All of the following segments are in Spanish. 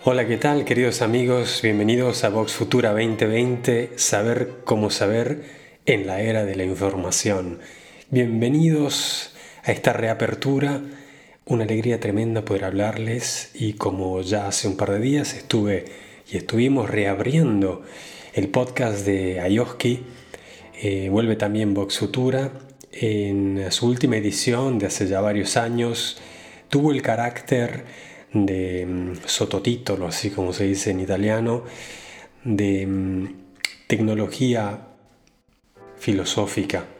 Hola, ¿qué tal, queridos amigos? Bienvenidos a Vox Futura 2020, Saber cómo saber en la era de la información. Bienvenidos a esta reapertura, una alegría tremenda poder hablarles y como ya hace un par de días estuvimos reabriendo el podcast de Ayoski, vuelve también Vox Futura. En su última edición de hace ya varios años tuvo el carácter de sototitolo, así como se dice en italiano, de tecnología filosófica,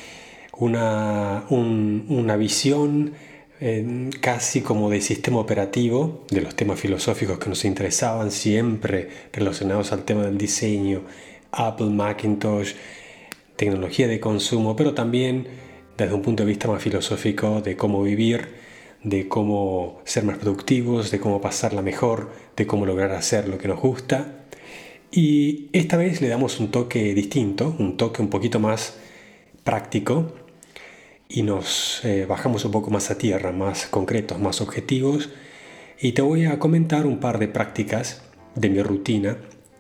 una visión casi como de sistema operativo de los temas filosóficos que nos interesaban siempre relacionados al tema del diseño, Apple, Macintosh, tecnología de consumo, pero también desde un punto de vista más filosófico de cómo vivir, de cómo ser más productivos, de cómo pasarla mejor, de cómo lograr hacer lo que nos gusta. Y esta vez le damos un toque distinto, un toque un poquito más práctico y nos bajamos un poco más a tierra, más concretos, más objetivos. Y te voy a comentar un par de prácticas de mi rutina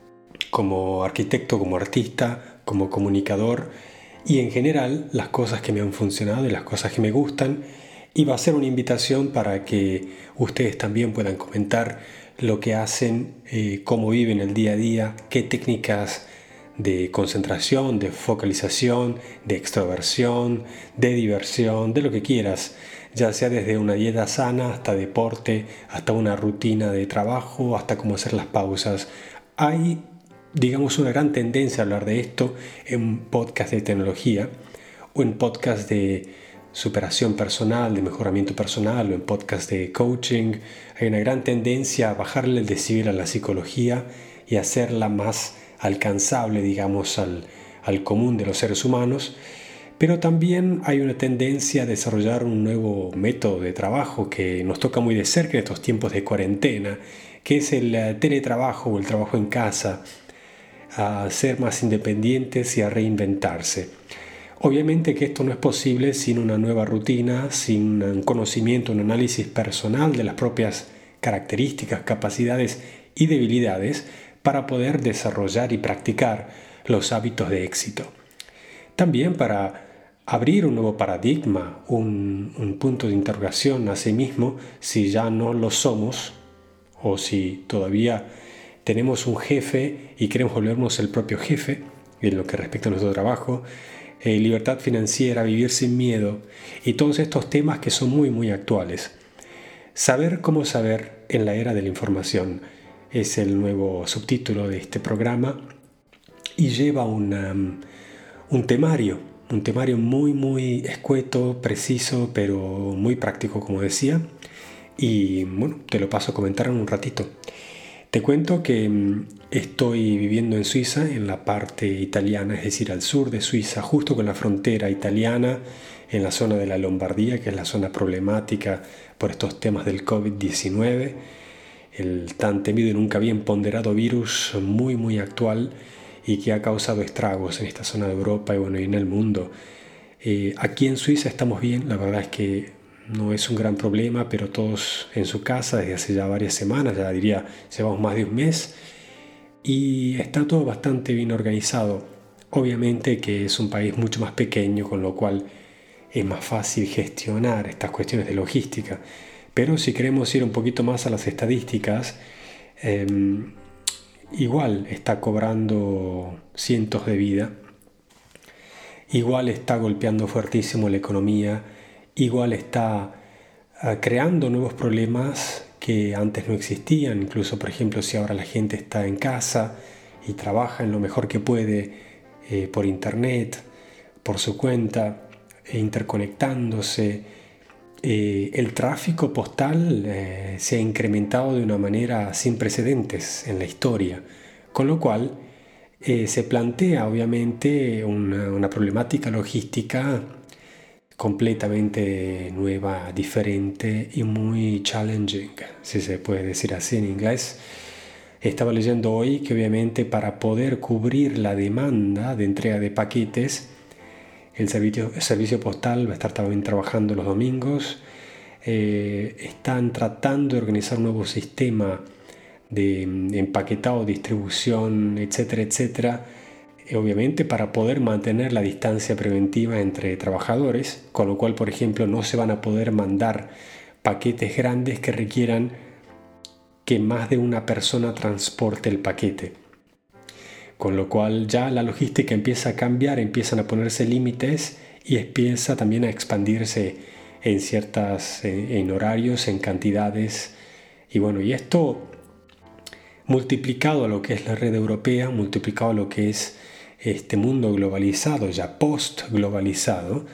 como arquitecto, como artista, como comunicador y en general las cosas que me han funcionado y las cosas que me gustan. Y va a ser una invitación para que ustedes también puedan comentar lo que hacen, cómo viven el día a día, qué técnicas de concentración, de focalización, de extroversión, de diversión, de lo que quieras, ya sea desde una dieta sana hasta deporte, hasta una rutina de trabajo, hasta cómo hacer las pausas. Hay, digamos, una gran tendencia a hablar de esto en podcast de tecnología o en podcast de superación personal, de mejoramiento personal o en podcast de coaching. Hay una gran tendencia a bajarle el decibel a la psicología y hacerla más alcanzable, digamos, al común de los seres humanos. Pero también hay una tendencia a desarrollar un nuevo método de trabajo que nos toca muy de cerca en estos tiempos de cuarentena, que es el teletrabajo o el trabajo en casa, a ser más independientes y a reinventarse. Obviamente que esto no es posible sin una nueva rutina, sin un conocimiento, un análisis personal de las propias características, capacidades y debilidades para poder desarrollar y practicar los hábitos de éxito. También para abrir un nuevo paradigma, un punto de interrogación a sí mismo si ya no lo somos o si todavía tenemos un jefe y queremos volvernos el propio jefe en lo que respecta a nuestro trabajo, libertad financiera, vivir sin miedo y todos estos temas que son muy actuales. Saber cómo saber en la era de la información es el nuevo subtítulo de este programa y lleva un temario muy escueto, preciso, pero muy práctico, como decía. Y bueno, te lo paso a comentar en un ratito. Te cuento que estoy viviendo en Suiza, en la parte italiana, es decir, al sur de Suiza, justo con la frontera italiana, en la zona de la Lombardía, que es la zona problemática por estos temas del COVID-19, el tan temido y nunca bien ponderado virus muy actual y que ha causado estragos en esta zona de Europa y bueno, y en el mundo. Aquí en Suiza estamos bien, la verdad es que no es un gran problema, pero todos en su casa desde hace ya varias semanas, ya diría, llevamos más de un mes y está todo bastante bien organizado. Obviamente que es un país mucho más pequeño, con lo cual es más fácil gestionar estas cuestiones de logística. Pero si queremos ir un poquito más a las estadísticas, igual está cobrando cientos de vidas, igual está golpeando fuertísimo la economía, igual está creando nuevos problemas que antes no existían. Incluso, por ejemplo, si ahora la gente está en casa y trabaja en lo mejor que puede por internet, por su cuenta, interconectándose, el tráfico postal se ha incrementado de una manera sin precedentes en la historia, con lo cual se plantea obviamente una problemática logística completamente nueva, diferente y muy challenging, si se puede decir así en inglés. Estaba leyendo hoy que obviamente para poder cubrir la demanda de entrega de paquetes, el servicio postal va a estar también trabajando los domingos. Están tratando de organizar un nuevo sistema de empaquetado, distribución, etcétera, etcétera, obviamente para poder mantener la distancia preventiva entre trabajadores, con lo cual, por ejemplo, no se van a poder mandar paquetes grandes que requieran que más de una persona transporte el paquete. Con lo cual ya la logística empieza a cambiar, empiezan a ponerse límites y empieza también a expandirse en horarios, en cantidades. Y bueno, y esto multiplicado a lo que es la red europea, multiplicado a lo que es este mundo globalizado, ya post-globalizado,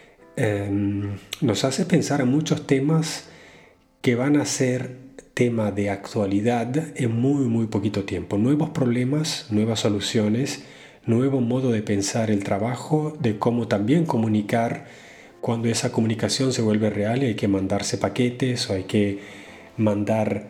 nos hace pensar en muchos temas que van a ser tema de actualidad en muy, muy poquito tiempo. Nuevos problemas, nuevas soluciones, nuevo modo de pensar el trabajo, de cómo también comunicar cuando esa comunicación se vuelve real y hay que mandarse paquetes o hay que mandar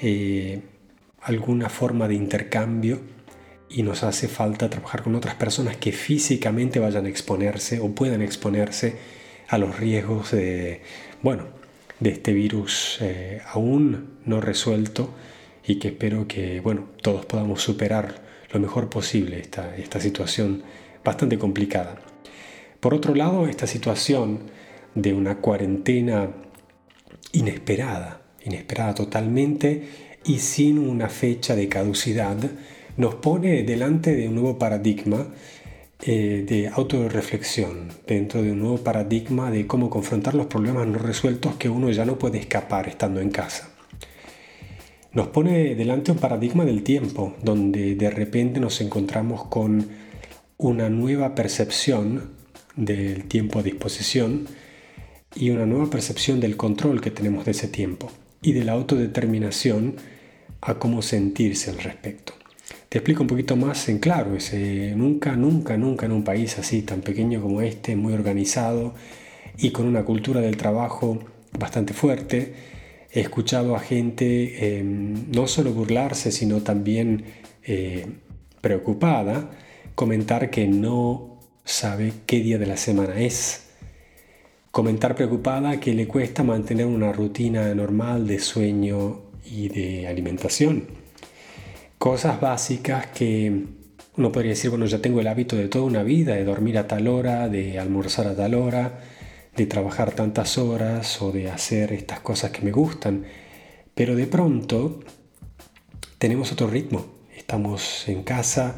alguna forma de intercambio y nos hace falta trabajar con otras personas que físicamente vayan a exponerse o puedan exponerse a los riesgos de este virus aún no resuelto y que espero que todos podamos superar lo mejor posible esta situación bastante complicada. Por otro lado, esta situación de una cuarentena inesperada totalmente y sin una fecha de caducidad, nos pone delante de un nuevo paradigma de autorreflexión, dentro de un nuevo paradigma de cómo confrontar los problemas no resueltos que uno ya no puede escapar estando en casa. Nos pone delante un paradigma del tiempo, donde de repente nos encontramos con una nueva percepción del tiempo a disposición y una nueva percepción del control que tenemos de ese tiempo y de la autodeterminación a cómo sentirse al respecto. Te explico un poquito más en claro. Nunca en un país así tan pequeño como este, muy organizado y con una cultura del trabajo bastante fuerte, he escuchado a gente no solo burlarse, sino también preocupada, comentar que no sabe qué día de la semana es. Comentar preocupada que le cuesta mantener una rutina normal de sueño y de alimentación. Cosas básicas que uno podría decir, ya tengo el hábito de toda una vida, de dormir a tal hora, de almorzar a tal hora, de trabajar tantas horas o de hacer estas cosas que me gustan. Pero de pronto tenemos otro ritmo. Estamos en casa,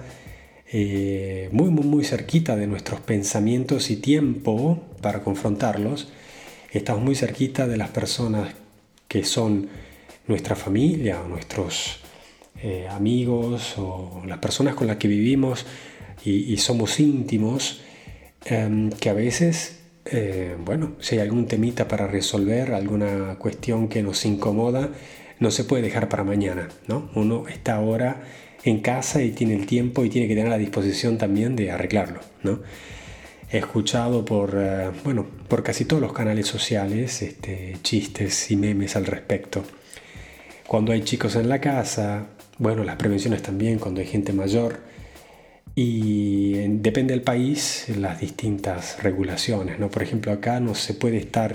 muy cerquita de nuestros pensamientos y tiempo para confrontarlos. Estamos muy cerquita de las personas que son nuestra familia o nuestros amigos o las personas con las que vivimos y somos íntimos, que a veces, si hay algún temita para resolver, alguna cuestión que nos incomoda, no se puede dejar para mañana, ¿no? Uno está ahora en casa y tiene el tiempo y tiene que tener la disposición también de arreglarlo, ¿no? He escuchado por casi todos los canales sociales chistes y memes al respecto. Cuando hay chicos en la casa, las prevenciones también cuando hay gente mayor y depende del país las distintas regulaciones, ¿no? Por ejemplo, acá no se puede estar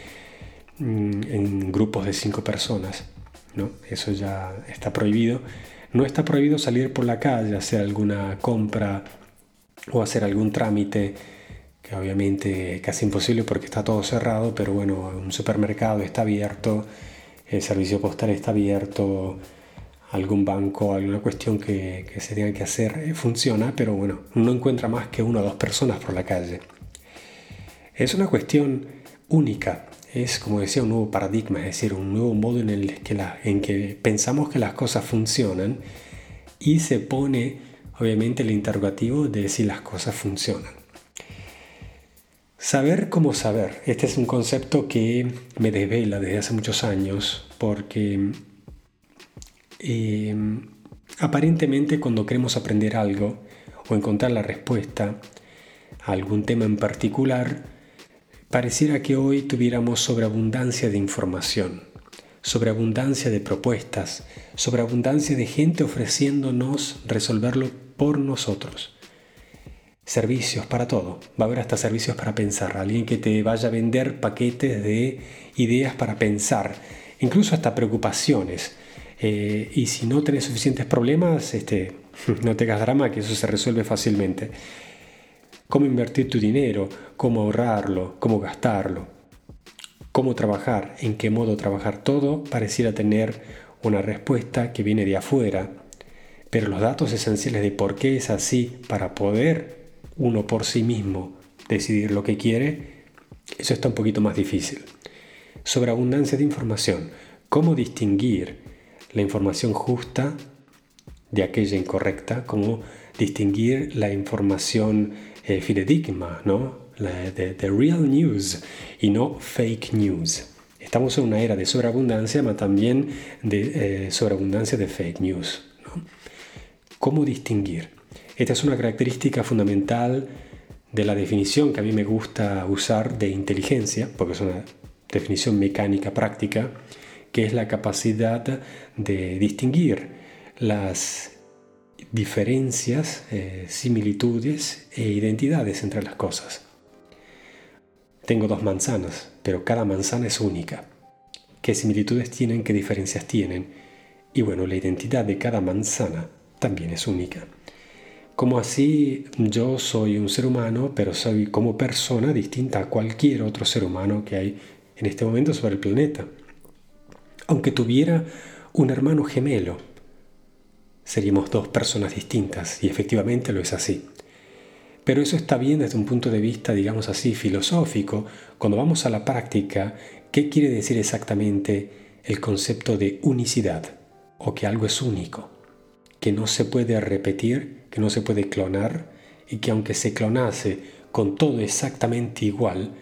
en grupos de 5 personas, ¿no? Eso ya está prohibido. No está prohibido salir por la calle, hacer alguna compra o hacer algún trámite, que obviamente es casi imposible porque está todo cerrado, pero un supermercado está abierto, el servicio postal está abierto, algún banco, alguna cuestión que se tenga que hacer funciona, pero no encuentra más que 1 o 2 personas por la calle. Es una cuestión única, es como decía un nuevo paradigma, es decir, un nuevo modo en que pensamos que las cosas funcionan y se pone obviamente el interrogativo de si las cosas funcionan. Saber cómo saber. Este es un concepto que me desvela desde hace muchos años porque aparentemente cuando queremos aprender algo o encontrar la respuesta a algún tema en particular, pareciera que hoy tuviéramos sobreabundancia de información, sobreabundancia de propuestas, sobreabundancia de gente ofreciéndonos resolverlo por nosotros. Servicios para todo. Va a haber hasta servicios para pensar. Alguien que te vaya a vender paquetes de ideas para pensar. Incluso hasta preocupaciones. Y si no tenés suficientes problemas, no te hagas drama, que eso se resuelve fácilmente. Cómo invertir tu dinero, cómo ahorrarlo, cómo gastarlo, cómo trabajar, en qué modo trabajar, todo pareciera tener una respuesta que viene de afuera, pero los datos esenciales de por qué es así, para poder uno por sí mismo decidir lo que quiere, eso está un poquito más difícil. Sobreabundancia de información. Cómo distinguir la información justa de aquella incorrecta, cómo distinguir la información fidedigna, ¿no? The real news y no fake news. Estamos en una era de sobreabundancia, pero también de sobreabundancia de fake news, ¿no? ¿Cómo distinguir? Esta es una característica fundamental de la definición que a mí me gusta usar de inteligencia, porque es una definición mecánica práctica, que es la capacidad de distinguir las diferencias, similitudes e identidades entre las cosas. Tengo 2 manzanas, pero cada manzana es única. ¿Qué similitudes tienen? ¿Qué diferencias tienen? Y bueno, la identidad de cada manzana también es única. Como así yo soy un ser humano, pero soy como persona distinta a cualquier otro ser humano que hay en este momento sobre el planeta. Aunque tuviera un hermano gemelo, seríamos 2 personas distintas, y efectivamente lo es así. Pero eso está bien desde un punto de vista, digamos así, filosófico. Cuando vamos a la práctica, ¿qué quiere decir exactamente el concepto de unicidad? O que algo es único, que no se puede repetir, que no se puede clonar, y que aunque se clonase con todo exactamente igual,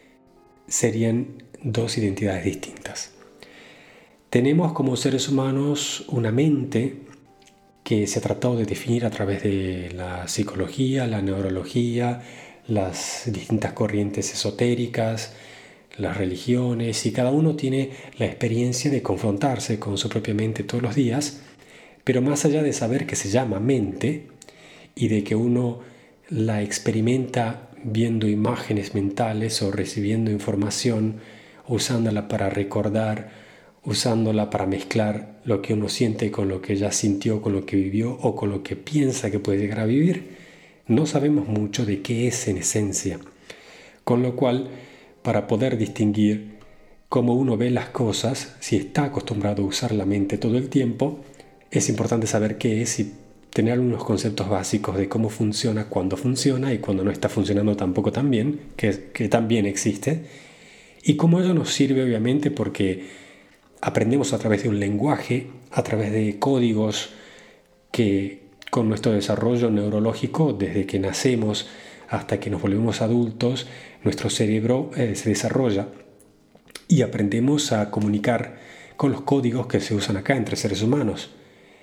serían 2 identidades distintas. Tenemos como seres humanos una mente que se ha tratado de definir a través de la psicología, la neurología, las distintas corrientes esotéricas, las religiones, y cada uno tiene la experiencia de confrontarse con su propia mente todos los días, pero más allá de saber que se llama mente y de que uno la experimenta viendo imágenes mentales o recibiendo información, usándola para recordar, usándola para mezclar lo que uno siente con lo que ya sintió, con lo que vivió o con lo que piensa que puede llegar a vivir, no sabemos mucho de qué es en esencia. Con lo cual, para poder distinguir cómo uno ve las cosas, si está acostumbrado a usar la mente todo el tiempo, es importante saber qué es y tener unos conceptos básicos de cómo funciona, cuándo funciona y cuando no está funcionando tampoco tan bien, que también existe, y cómo ello nos sirve obviamente porque aprendemos a través de un lenguaje, a través de códigos que con nuestro desarrollo neurológico, desde que nacemos hasta que nos volvemos adultos, nuestro cerebro se desarrolla y aprendemos a comunicar con los códigos que se usan acá entre seres humanos.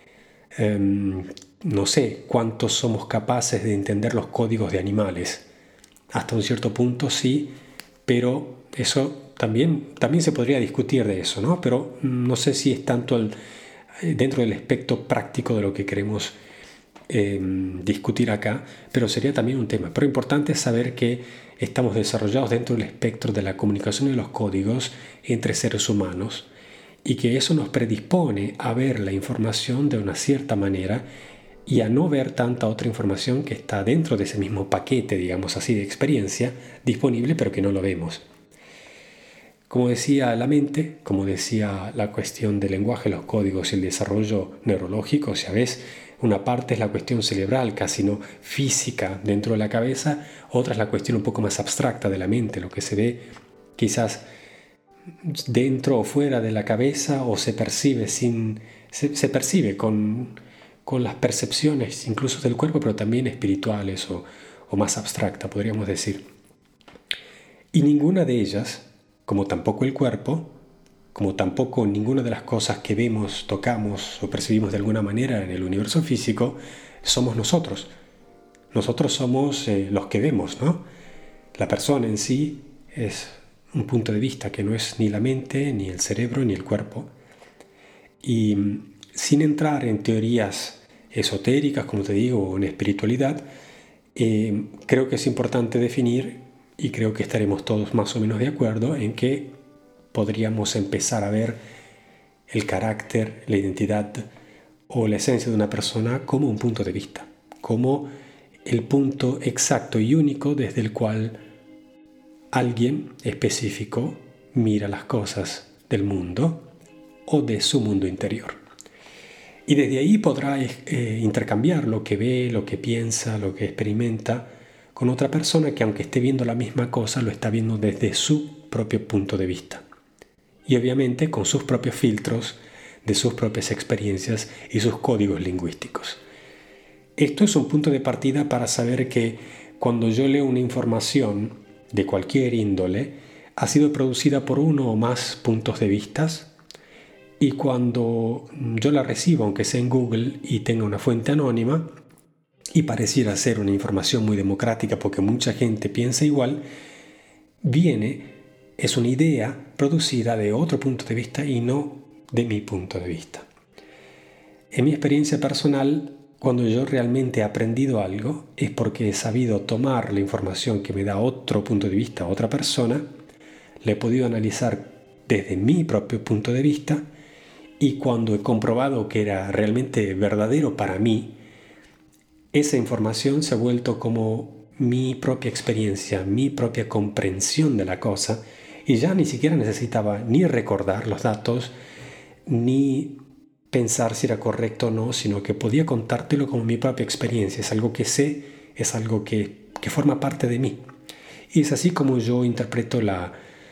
No sé cuántos somos capaces de entender los códigos de animales. Hasta un cierto punto sí, pero eso también se podría discutir de eso, ¿no? Pero no sé si es tanto dentro del espectro práctico de lo que queremos discutir acá, pero sería también un tema. Pero importante es saber que estamos desarrollados dentro del espectro de la comunicación y los códigos entre seres humanos y que eso nos predispone a ver la información de una cierta manera y a no ver tanta otra información que está dentro de ese mismo paquete, digamos así, de experiencia disponible, pero que no lo vemos. Como decía la mente, como decía la cuestión del lenguaje, los códigos y el desarrollo neurológico, ya ves, una parte es la cuestión cerebral, casi no física dentro de la cabeza, otra es la cuestión un poco más abstracta de la mente, lo que se ve quizás dentro o fuera de la cabeza o se percibe se percibe con las percepciones incluso del cuerpo, pero también espirituales o más abstracta, podríamos decir. Y ninguna de ellas, como tampoco el cuerpo, como tampoco ninguna de las cosas que vemos, tocamos o percibimos de alguna manera en el universo físico, somos nosotros. Nosotros somos los que vemos, ¿no? La persona en sí es un punto de vista que no es ni la mente, ni el cerebro, ni el cuerpo. Y sin entrar en teorías esotéricas, como te digo, o en espiritualidad, creo que es importante definir, y creo que estaremos todos más o menos de acuerdo, en que podríamos empezar a ver el carácter, la identidad o la esencia de una persona como un punto de vista, como el punto exacto y único desde el cual alguien específico mira las cosas del mundo o de su mundo interior. Y desde ahí podrá intercambiar lo que ve, lo que piensa, lo que experimenta con otra persona que, aunque esté viendo la misma cosa, lo está viendo desde su propio punto de vista. Y obviamente con sus propios filtros de sus propias experiencias y sus códigos lingüísticos. Esto es un punto de partida para saber que cuando yo leo una información de cualquier índole, ha sido producida por uno o más puntos de vista, y cuando yo la recibo, aunque sea en Google y tenga una fuente anónima, y pareciera ser una información muy democrática porque mucha gente piensa igual, es una idea producida de otro punto de vista y no de mi punto de vista. En mi experiencia personal, cuando yo realmente he aprendido algo, es porque he sabido tomar la información que me da otro punto de vista, otra persona, la he podido analizar desde mi propio punto de vista, y cuando he comprobado que era realmente verdadero para mí, esa información se ha vuelto como mi propia experiencia, mi propia comprensión de la cosa, y ya ni siquiera necesitaba ni recordar los datos, ni pensar si era correcto o no, sino que podía contártelo como mi propia experiencia. Es algo que sé, es algo que forma parte de mí. Y es así como yo interpreto la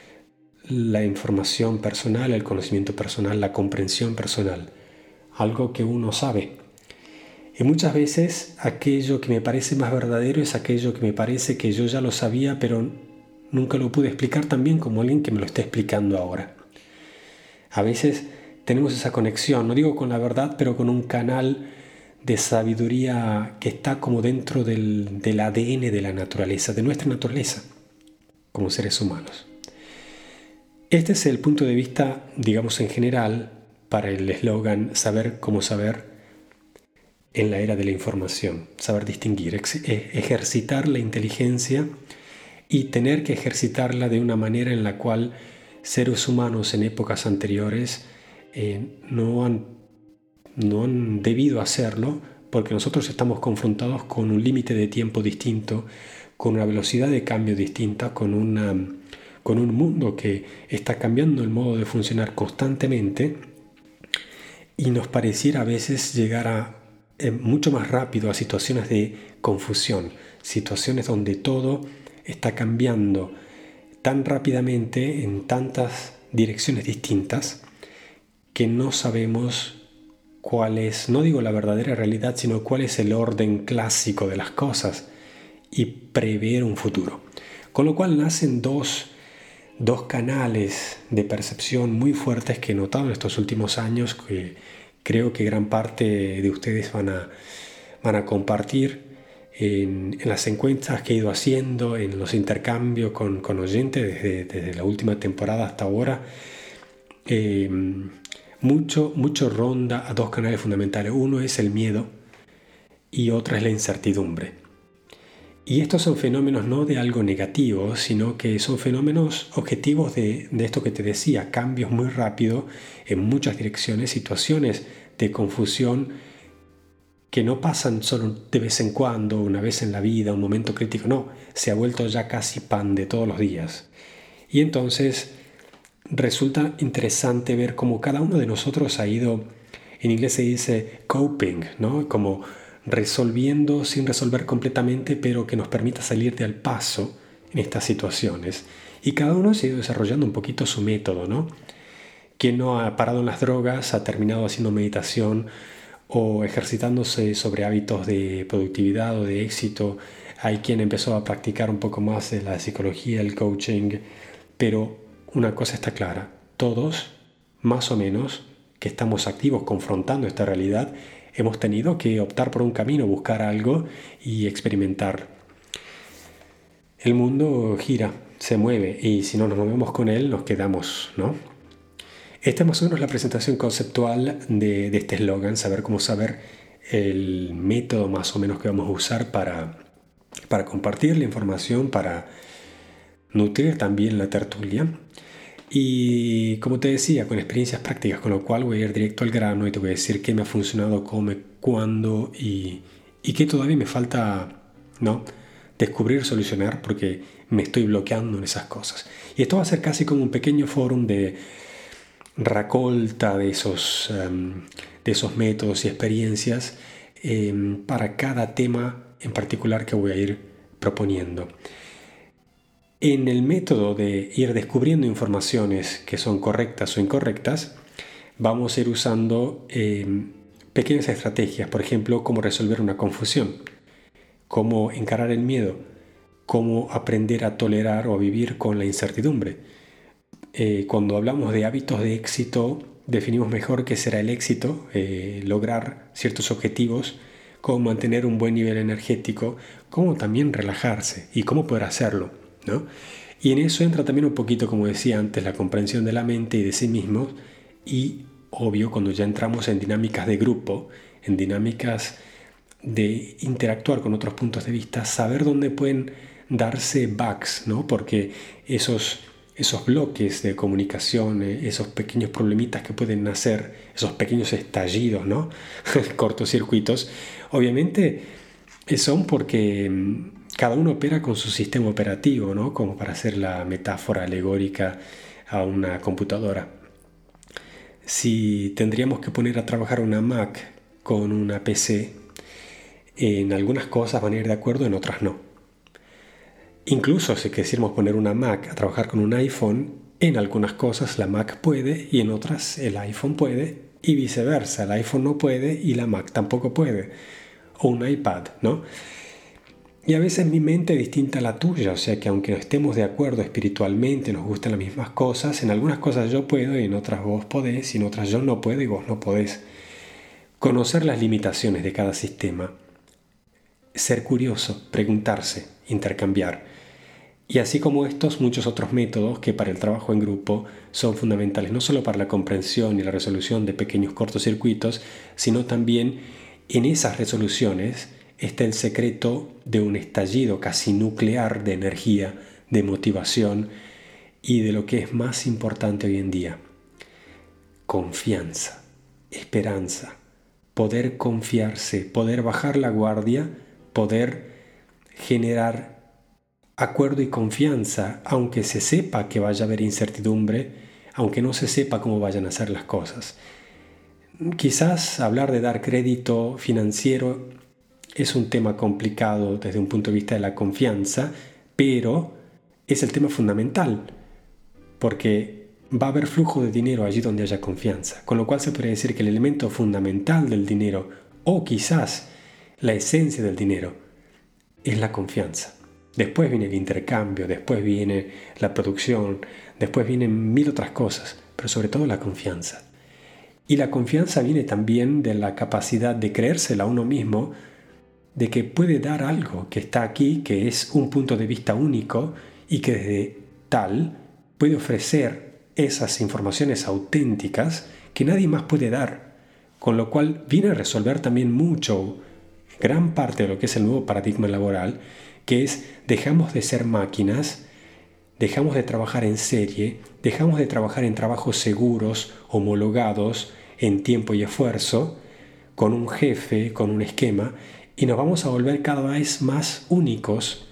información personal, el conocimiento personal, la comprensión personal, algo que uno sabe. Y muchas veces aquello que me parece más verdadero es aquello que me parece que yo ya lo sabía, pero nunca lo pude explicar tan bien como alguien que me lo está explicando ahora. A veces tenemos esa conexión, no digo con la verdad, pero con un canal de sabiduría que está como dentro del ADN de la naturaleza, de nuestra naturaleza, como seres humanos. Este es el punto de vista, digamos, en general, para el eslogan saber cómo saber en la era de la información, saber distinguir, ejercitar la inteligencia y tener que ejercitarla de una manera en la cual seres humanos en épocas anteriores no han debido hacerlo, porque nosotros estamos confrontados con un límite de tiempo distinto, con una velocidad de cambio distinta, con un mundo que está cambiando el modo de funcionar constantemente, y nos pareciera a veces llegar mucho más rápido a situaciones de confusión, situaciones donde todo está cambiando tan rápidamente en tantas direcciones distintas que no sabemos cuál es, no digo la verdadera realidad, sino cuál es el orden clásico de las cosas y prever un futuro. Con lo cual nacen dos canales de percepción muy fuertes que he notado en estos últimos años, que creo que gran parte de ustedes van a compartir en las encuestas que he ido haciendo, en los intercambios con oyentes desde la última temporada hasta ahora. Mucho ronda a dos canales fundamentales. Uno es el miedo y otra es la incertidumbre. Y estos son fenómenos no de algo negativo, sino que son fenómenos objetivos de esto que te decía, cambios muy rápidos en muchas direcciones, situaciones de confusión que no pasan solo de vez en cuando, una vez en la vida, un momento crítico, no, se ha vuelto ya casi pan de todos los días. Y entonces resulta interesante ver cómo cada uno de nosotros ha ido, en inglés se dice coping, ¿no? Como resolviendo sin resolver completamente, pero que nos permita salir del paso en estas situaciones. Y cada uno se ha ido desarrollando un poquito su método, ¿no? Quien no ha parado en las drogas, ha terminado haciendo meditación o ejercitándose sobre hábitos de productividad o de éxito. Hay quien empezó a practicar un poco más de la psicología, el coaching, pero una cosa está clara, todos, más o menos, que estamos activos confrontando esta realidad, hemos tenido que optar por un camino, buscar algo y experimentar. El mundo gira, se mueve, y si no nos movemos con él, nos quedamos, ¿no? Esta es más o menos la presentación conceptual de este eslogan, saber cómo saber, el método más o menos que vamos a usar para compartir la información, para nutrir también la tertulia. Y como te decía, con experiencias prácticas, con lo cual voy a ir directo al grano y te voy a decir qué me ha funcionado, cómo, cuándo y qué todavía me falta, ¿no?, descubrir, solucionar, porque me estoy bloqueando en esas cosas. Y esto va a ser casi como un pequeño fórum de racolta de esos métodos y experiencias para cada tema en particular que voy a ir proponiendo. En el método de ir descubriendo informaciones que son correctas o incorrectas, vamos a ir usando pequeñas estrategias, por ejemplo, cómo resolver una confusión, cómo encarar el miedo, cómo aprender a tolerar o a vivir con la incertidumbre. Cuando hablamos de hábitos de éxito, definimos mejor qué será el éxito, lograr ciertos objetivos, cómo mantener un buen nivel energético, cómo también relajarse y cómo poder hacerlo, ¿no? Y en eso entra también un poquito, como decía antes, la comprensión de la mente y de sí mismos y, obvio, cuando ya entramos en dinámicas de grupo, en dinámicas de interactuar con otros puntos de vista, saber dónde pueden darse bugs, ¿no? Porque esos bloques de comunicación, esos pequeños problemitas que pueden nacer, esos pequeños estallidos, ¿no? Cortocircuitos, obviamente son porque cada uno opera con su sistema operativo, ¿no? Como para hacer la metáfora alegórica a una computadora. Si tendríamos que poner a trabajar una Mac con una PC, en algunas cosas van a ir de acuerdo, en otras no. Incluso si quisiéramos poner una Mac a trabajar con un iPhone, en algunas cosas la Mac puede y en otras el iPhone puede y viceversa. El iPhone no puede y la Mac tampoco puede. O un iPad, ¿no? Y a veces mi mente es distinta a la tuya, o sea que aunque no estemos de acuerdo espiritualmente, nos gustan las mismas cosas, en algunas cosas yo puedo y en otras vos podés, y en otras yo no puedo y vos no podés. Conocer las limitaciones de cada sistema, ser curioso, preguntarse, intercambiar. Y así como estos, muchos otros métodos que para el trabajo en grupo son fundamentales, no solo para la comprensión y la resolución de pequeños cortocircuitos, sino también en esas resoluciones está el secreto de un estallido casi nuclear de energía, de motivación y de lo que es más importante hoy en día: confianza, esperanza, poder confiarse, poder bajar la guardia, poder generar acuerdo y confianza, aunque se sepa que vaya a haber incertidumbre, aunque no se sepa cómo vayan a ser las cosas. Quizás hablar de dar crédito financiero es un tema complicado desde un punto de vista de la confianza, pero es el tema fundamental, porque va a haber flujo de dinero allí donde haya confianza, con lo cual se podría decir que el elemento fundamental del dinero, o quizás la esencia del dinero, es la confianza. Después viene el intercambio, después viene la producción, después vienen mil otras cosas, pero sobre todo la confianza. Y la confianza viene también de la capacidad de creérsela a uno mismo, de que puede dar algo que está aquí, que es un punto de vista único y que desde tal puede ofrecer esas informaciones auténticas que nadie más puede dar, con lo cual viene a resolver también mucho, gran parte de lo que es el nuevo paradigma laboral, que es: dejamos de ser máquinas, dejamos de trabajar en serie, dejamos de trabajar en trabajos seguros, homologados, en tiempo y esfuerzo, con un jefe, con un esquema, y nos vamos a volver cada vez más únicos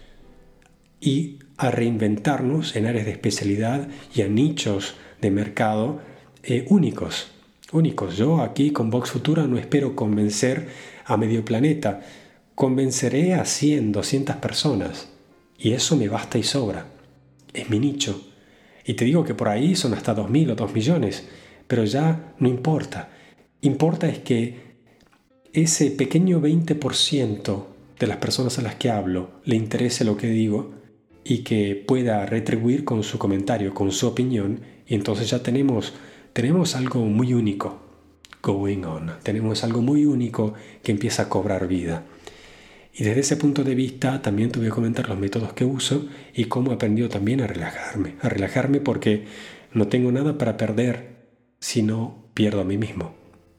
y a reinventarnos en áreas de especialidad y a nichos de mercado únicos. Yo aquí con Vox Futura no espero convencer a medio planeta. Convenceré a 100, 200 personas y eso me basta y sobra. Es mi nicho. Y te digo que por ahí son hasta 2.000 o 2 millones, pero ya no importa. Importa es que ese pequeño 20% de las personas a las que hablo le interese lo que digo y que pueda retribuir con su comentario, con su opinión, y entonces ya tenemos algo muy único going on. Tenemos algo muy único que empieza a cobrar vida. Y desde ese punto de vista también te voy a comentar los métodos que uso y cómo he aprendido también a relajarme porque no tengo nada para perder si no pierdo a mí mismo.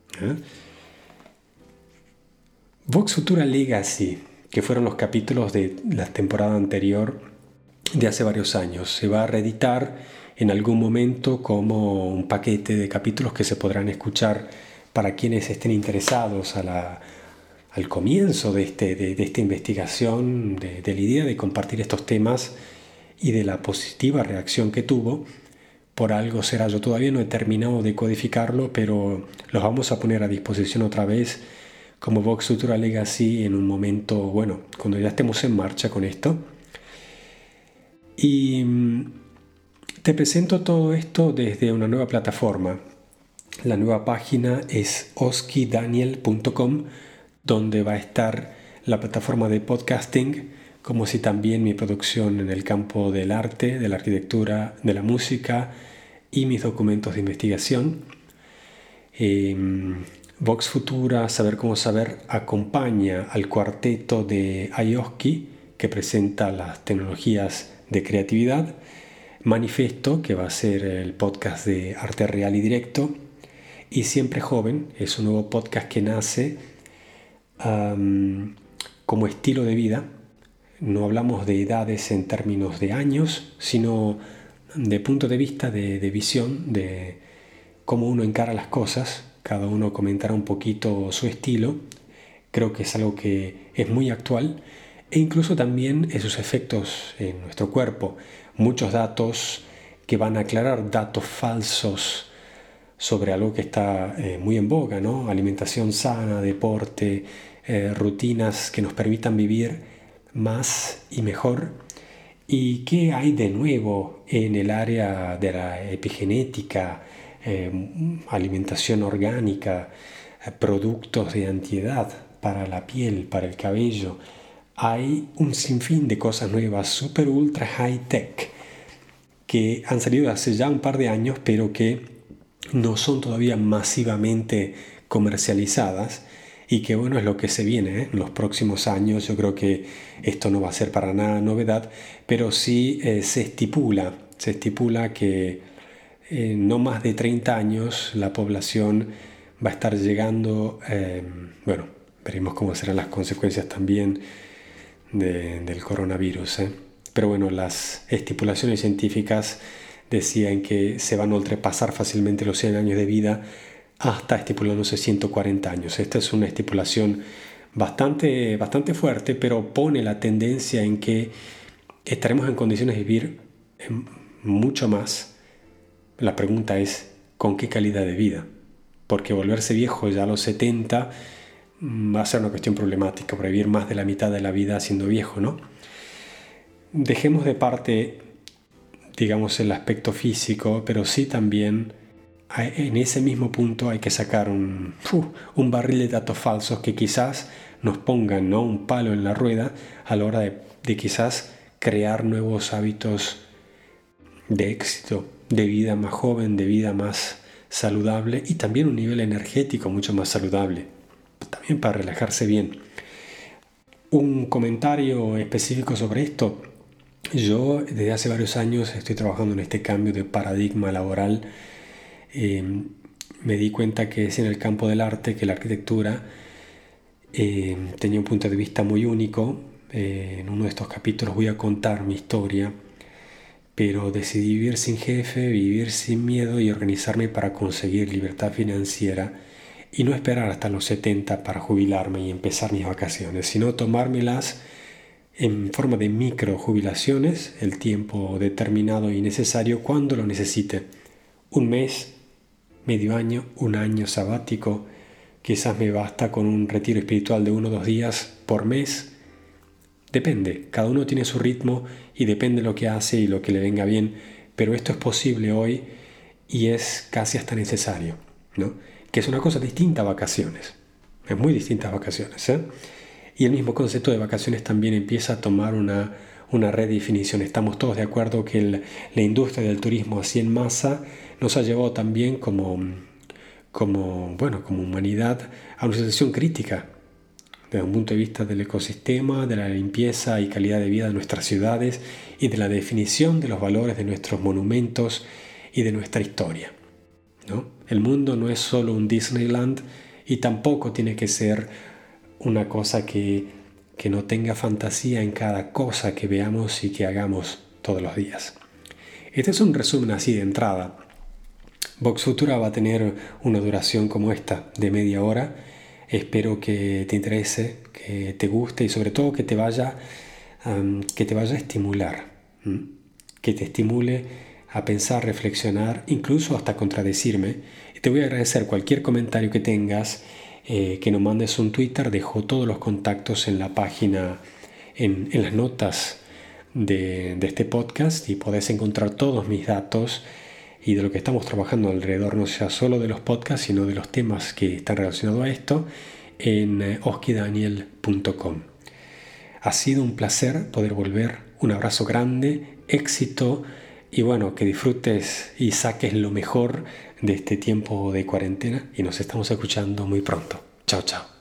Vox Futura Legacy, que fueron los capítulos de la temporada anterior de hace varios años, se va a reeditar en algún momento como un paquete de capítulos que se podrán escuchar para quienes estén interesados al comienzo de esta investigación, de la idea de compartir estos temas y de la positiva reacción que tuvo. Por algo será, yo todavía no he terminado de codificarlo, pero los vamos a poner a disposición otra vez como Vox Futura Legacy en un momento, bueno, cuando ya estemos en marcha con esto. Y te presento todo esto desde una nueva plataforma. La nueva página es oskidaniel.com, donde va a estar la plataforma de podcasting, como si también mi producción en el campo del arte, de la arquitectura, de la música y mis documentos de investigación. Vox Futura, Saber Cómo Saber, acompaña al cuarteto de iOski, que presenta las tecnologías de creatividad. Manifesto, que va a ser el podcast de arte real y directo. Y Siempre Joven es un nuevo podcast que nace como estilo de vida. No hablamos de edades en términos de años, sino de punto de vista, de visión, de cómo uno encara las cosas. Cada uno comentará un poquito su estilo. Creo que es algo que es muy actual e incluso también en sus efectos en nuestro cuerpo. Muchos datos que van a aclarar datos falsos sobre algo que está muy en boga, ¿no? Alimentación sana, deporte, rutinas que nos permitan vivir más y mejor. ¿Y qué hay de nuevo en el área de la epigenética, alimentación orgánica, productos de antiedad para la piel, para el cabello? Hay un sinfín de cosas nuevas, super ultra high tech, que han salido hace ya un par de años, pero que no son todavía masivamente comercializadas y que bueno, es lo que se viene en los próximos años. Yo creo que esto no va a ser para nada novedad, pero sí se estipula que no más de 30 años la población va a estar llegando, bueno, veremos cómo serán las consecuencias también del coronavirus, Pero bueno, las estipulaciones científicas decían que se van a ultrapasar fácilmente los 100 años de vida hasta estipulándose 140 años. Esta es una estipulación bastante fuerte, pero pone la tendencia en que estaremos en condiciones de vivir mucho más. La pregunta es, ¿con qué calidad de vida? Porque volverse viejo ya a los 70 va a ser una cuestión problemática, para vivir más de la mitad de la vida siendo viejo, ¿no? Dejemos de parte, digamos, el aspecto físico, pero sí también en ese mismo punto hay que sacar un barril de datos falsos que quizás nos pongan, ¿no?, un palo en la rueda a la hora de quizás crear nuevos hábitos de éxito, de vida más joven, de vida más saludable y también un nivel energético mucho más saludable, también para relajarse bien. Un comentario específico sobre esto. Yo desde hace varios años estoy trabajando en este cambio de paradigma laboral. Me di cuenta que es en el campo del arte que la arquitectura tenía un punto de vista muy único. En uno de estos capítulos voy a contar mi historia, pero decidí vivir sin jefe, vivir sin miedo y organizarme para conseguir libertad financiera y no esperar hasta los 70 para jubilarme y empezar mis vacaciones, sino tomármelas en forma de micro jubilaciones, el tiempo determinado y necesario cuando lo necesite. Un mes, medio año, un año sabático, quizás me basta con un retiro espiritual de 1 o 2 días por mes. Depende, cada uno tiene su ritmo y depende lo que hace y lo que le venga bien, pero esto es posible hoy y es casi hasta necesario, ¿no? Que es una cosa distinta a vacaciones, es muy distinta a vacaciones, Y el mismo concepto de vacaciones también empieza a tomar una redefinición. Estamos todos de acuerdo que la industria del turismo así en masa nos ha llevado también como humanidad a una situación crítica desde un punto de vista del ecosistema, de la limpieza y calidad de vida de nuestras ciudades y de la definición de los valores de nuestros monumentos y de nuestra historia, ¿no? El mundo no es solo un Disneyland y tampoco tiene que ser una cosa que no tenga fantasía en cada cosa que veamos y que hagamos todos los días. Este es un resumen así de entrada. Vox Futura va a tener una duración como esta, de media hora. Espero que te interese, que te guste y sobre todo que te vaya a estimular, que te estimule a pensar, reflexionar, incluso hasta contradecirme. Y te voy a agradecer cualquier comentario que tengas, que nos mandes un Twitter. Dejo todos los contactos en la página, en las notas de este podcast, y podés encontrar todos mis datos y de lo que estamos trabajando alrededor, no sea solo de los podcasts, sino de los temas que están relacionados a esto, en oskidaniel.com. Ha sido un placer poder volver. Un abrazo grande, éxito y bueno, que disfrutes y saques lo mejor de este tiempo de cuarentena, y nos estamos escuchando muy pronto. Chao, chao.